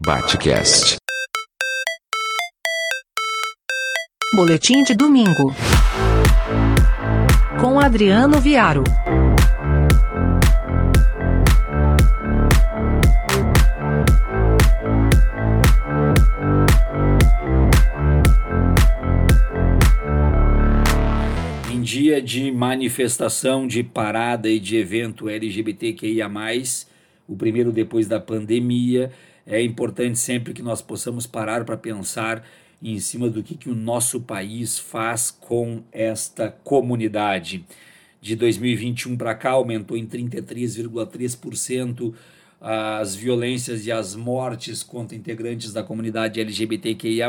Batcast. Boletim de domingo. Com Adriano Viaro. Em dia de manifestação, de parada e de evento LGBTQIA+, o primeiro depois da pandemia, é importante sempre que nós possamos parar para pensar em cima do que o nosso país faz com esta comunidade. De 2021 para cá, aumentou em 33,3% as violências e as mortes contra integrantes da comunidade LGBTQIA+,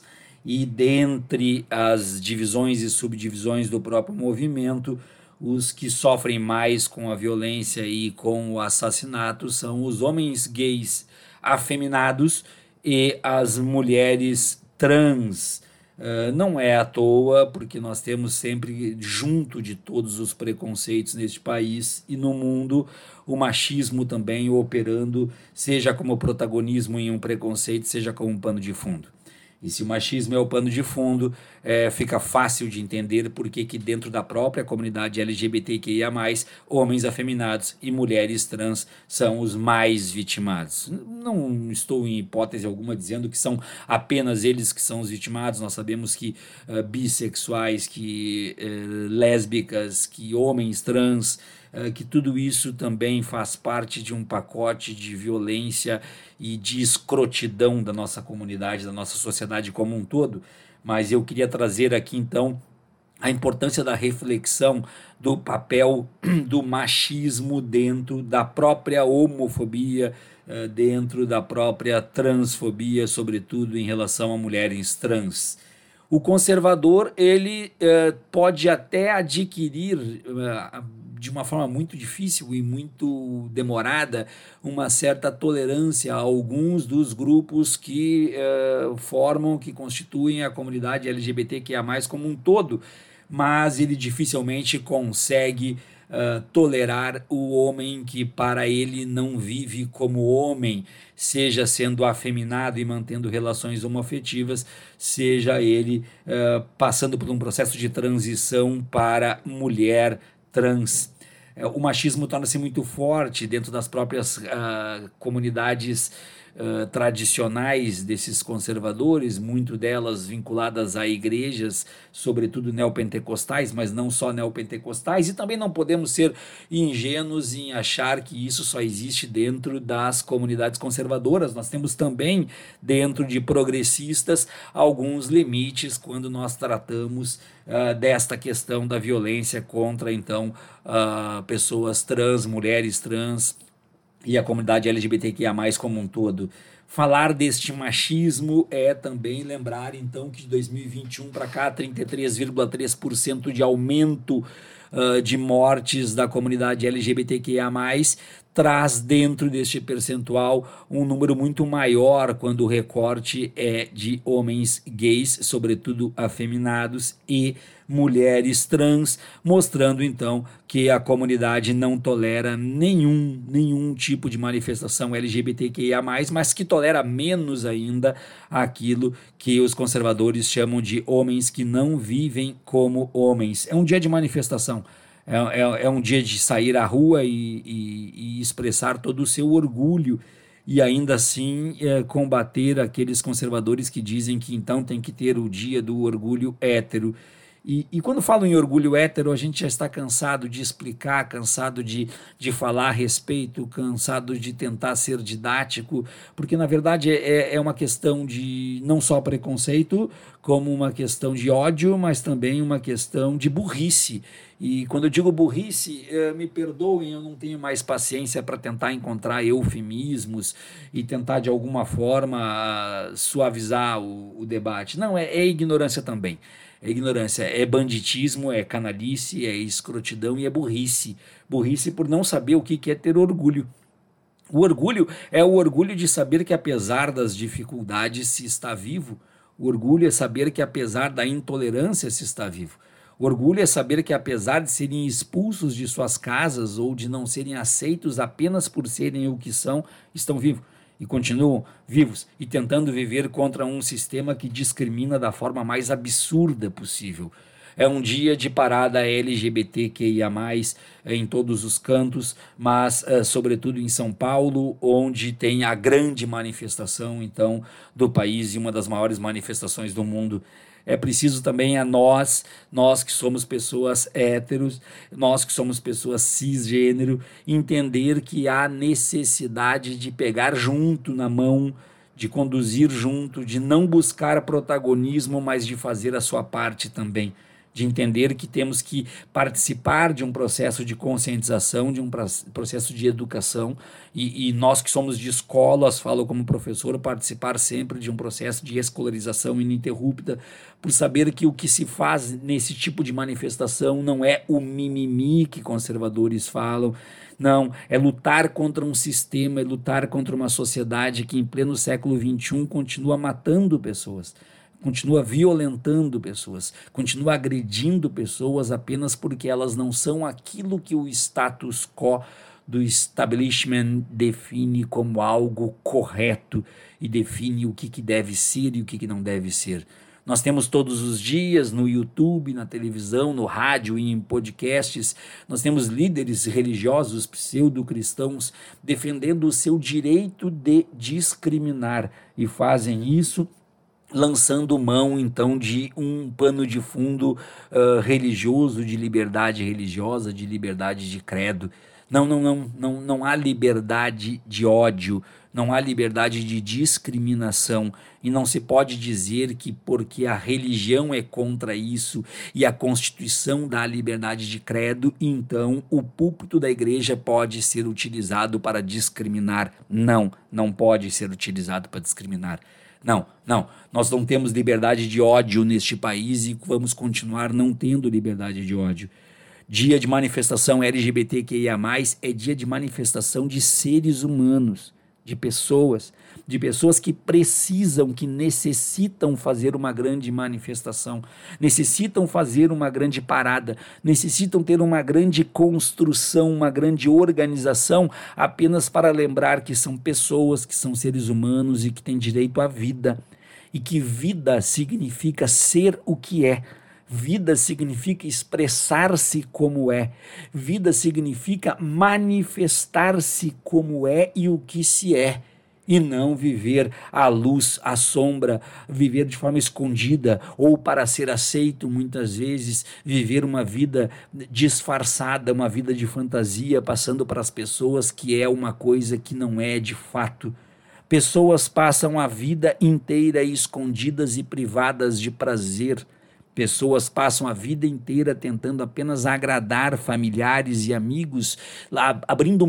e dentre as divisões e subdivisões do próprio movimento, os que sofrem mais com a violência e com o assassinato são os homens gays afeminados e as mulheres trans. Não é à toa, porque nós temos sempre, junto de todos os preconceitos neste país e no mundo, o machismo também operando, seja como protagonismo em um preconceito, seja como um pano de fundo. E se o machismo é o pano de fundo, fica fácil de entender por que dentro da própria comunidade LGBTQIA+, homens afeminados e mulheres trans são os mais vitimados. Não estou em hipótese alguma dizendo que são apenas eles que são os vitimados. Nós sabemos que bissexuais, que lésbicas, que homens trans, que tudo isso também faz parte de um pacote de violência e de escrotidão da nossa comunidade, da nossa sociedade como um todo. Mas eu queria trazer aqui então a importância da reflexão do papel do machismo dentro da própria homofobia, dentro da própria transfobia, sobretudo em relação a mulheres trans. O conservador, ele pode até adquirir de uma forma muito difícil e muito demorada uma certa tolerância a alguns dos grupos que que constituem a comunidade LGBTQIA+, como um todo, mas ele dificilmente consegue tolerar o homem que para ele não vive como homem, seja sendo afeminado e mantendo relações homoafetivas, seja ele passando por um processo de transição para mulher trans. O machismo torna-se muito forte dentro das próprias comunidades tradicionais desses conservadores, muito delas vinculadas a igrejas, sobretudo neopentecostais, mas não só neopentecostais, e também não podemos ser ingênuos em achar que isso só existe dentro das comunidades conservadoras. Nós temos também, dentro de progressistas, alguns limites quando nós tratamos desta questão da violência contra, então, pessoas trans, mulheres trans, e a comunidade LGBTQIA+, como um todo. Falar deste machismo é também lembrar, então, que de 2021 para cá, 33,3% de aumento de mortes da comunidade LGBTQIA+, traz dentro deste percentual um número muito maior quando o recorte é de homens gays, sobretudo afeminados, e mulheres trans, mostrando então que a comunidade não tolera nenhum tipo de manifestação LGBTQIA+, mas que tolera menos ainda aquilo que os conservadores chamam de homens que não vivem como homens. É um dia de manifestação. É um dia de sair à rua e expressar todo o seu orgulho e ainda assim combater aqueles conservadores que dizem que então tem que ter o dia do orgulho hétero. E quando falo em orgulho hétero, a gente já está cansado de explicar, cansado de falar a respeito, cansado de tentar ser didático, porque na verdade é uma questão de não só preconceito, como uma questão de ódio, mas também uma questão de burrice. E quando eu digo burrice, me perdoem, eu não tenho mais paciência para tentar encontrar eufemismos e tentar de alguma forma suavizar o debate. Não, é ignorância também. É ignorância, é banditismo, é canalice, é escrotidão e é burrice. Burrice por não saber o que é ter orgulho. O orgulho é o orgulho de saber que apesar das dificuldades se está vivo. O orgulho é saber que apesar da intolerância se está vivo. O orgulho é saber que apesar de serem expulsos de suas casas ou de não serem aceitos apenas por serem o que são, estão vivos. e continuam vivos e tentando viver contra um sistema que discrimina da forma mais absurda possível. É um dia de parada LGBTQIA+, em todos os cantos, mas sobretudo em São Paulo, onde tem a grande manifestação, então, do país e uma das maiores manifestações do mundo. É preciso também a nós que somos pessoas héteros, nós que somos pessoas cisgênero, entender que há necessidade de pegar junto na mão, de conduzir junto, de não buscar protagonismo, mas de fazer a sua parte também, de entender que temos que participar de um processo de conscientização, de um processo de educação, e nós que somos de escolas, falo como professor, participar sempre de um processo de escolarização ininterrupta, por saber que o que se faz nesse tipo de manifestação não é o mimimi que conservadores falam, não, é lutar contra um sistema, é lutar contra uma sociedade que em pleno século XXI continua matando pessoas, continua violentando pessoas, continua agredindo pessoas apenas porque elas não são aquilo que o status quo do establishment define como algo correto e define o que deve ser e o que não deve ser. Nós temos todos os dias no YouTube, na televisão, no rádio e em podcasts, nós temos líderes religiosos pseudo-cristãos defendendo o seu direito de discriminar e fazem isso lançando mão, então, de um pano de fundo religioso, de liberdade religiosa, de liberdade de credo. Não há liberdade de ódio, não há liberdade de discriminação, e não se pode dizer que porque a religião é contra isso e a Constituição dá liberdade de credo, então o púlpito da igreja pode ser utilizado para discriminar. Não pode ser utilizado para discriminar. Não, nós não temos liberdade de ódio neste país e vamos continuar não tendo liberdade de ódio. Dia de manifestação LGBTQIA+, é dia de manifestação de seres humanos, de pessoas que precisam, que necessitam fazer uma grande manifestação, necessitam fazer uma grande parada, necessitam ter uma grande construção, uma grande organização, apenas para lembrar que são pessoas, que são seres humanos e que têm direito à vida, e que vida significa ser o que é. Vida significa expressar-se como é. Vida significa manifestar-se como é e o que se é. E não viver à luz, à sombra, viver de forma escondida ou para ser aceito muitas vezes, viver uma vida disfarçada, uma vida de fantasia, passando para as pessoas que é uma coisa que não é de fato. Pessoas passam a vida inteira escondidas e privadas de prazer. Pessoas passam a vida inteira tentando apenas agradar familiares e amigos, abrindo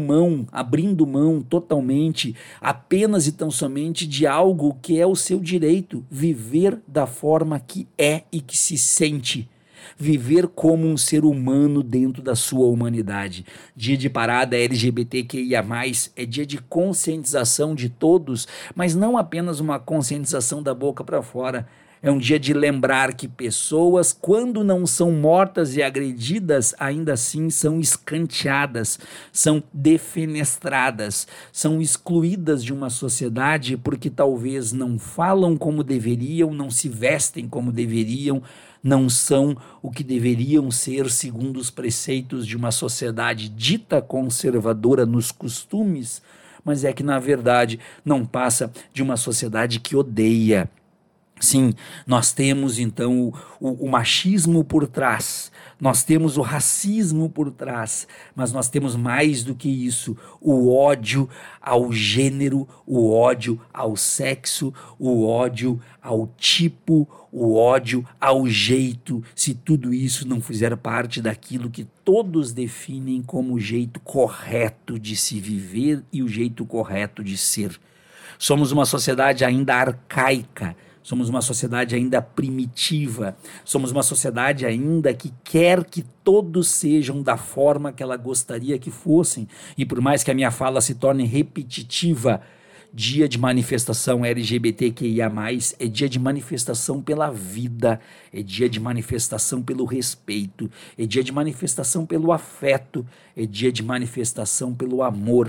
mão totalmente, apenas e tão somente de algo que é o seu direito, viver da forma que é e que se sente. Viver como um ser humano dentro da sua humanidade. Dia de parada LGBTQIA+, é dia de conscientização de todos, mas não apenas uma conscientização da boca para fora. É um dia de lembrar que pessoas, quando não são mortas e agredidas, ainda assim são escanteadas, são defenestradas, são excluídas de uma sociedade porque talvez não falam como deveriam, não se vestem como deveriam, não são o que deveriam ser segundo os preceitos de uma sociedade dita conservadora nos costumes, mas é que na verdade não passa de uma sociedade que odeia. Sim, nós temos então o machismo por trás, nós temos o racismo por trás, mas nós temos mais do que isso, o ódio ao gênero, o ódio ao sexo, o ódio ao tipo, o ódio ao jeito, se tudo isso não fizer parte daquilo que todos definem como o jeito correto de se viver e o jeito correto de ser. Somos uma sociedade ainda arcaica, somos uma sociedade ainda primitiva, somos uma sociedade ainda que quer que todos sejam da forma que ela gostaria que fossem, e por mais que a minha fala se torne repetitiva, dia de manifestação LGBTQIA+, é dia de manifestação pela vida, é dia de manifestação pelo respeito, é dia de manifestação pelo afeto, é dia de manifestação pelo amor,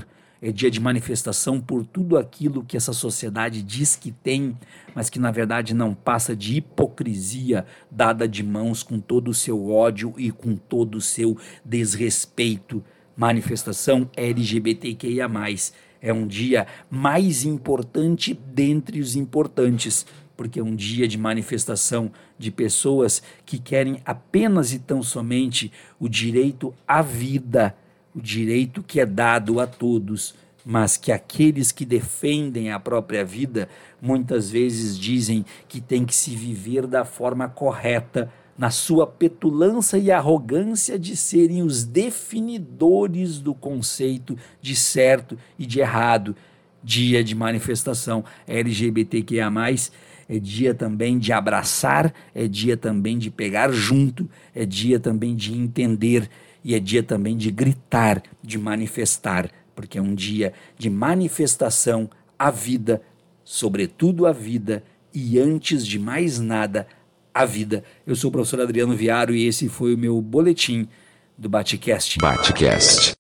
é dia de manifestação por tudo aquilo que essa sociedade diz que tem, mas que na verdade não passa de hipocrisia dada de mãos com todo o seu ódio e com todo o seu desrespeito. Manifestação LGBTQIA+. É um dia mais importante dentre os importantes, porque é um dia de manifestação de pessoas que querem apenas e tão somente o direito à vida, o direito que é dado a todos, mas que aqueles que defendem a própria vida muitas vezes dizem que tem que se viver da forma correta, na sua petulância e arrogância de serem os definidores do conceito de certo e de errado. Dia de manifestação LGBTQIA+, é dia também de abraçar, é dia também de pegar junto, é dia também de entender e é dia também de gritar, de manifestar, porque é um dia de manifestação à vida, sobretudo à vida e antes de mais nada, a vida. Eu sou o professor Adriano Viaro e esse foi o meu boletim do Batecast.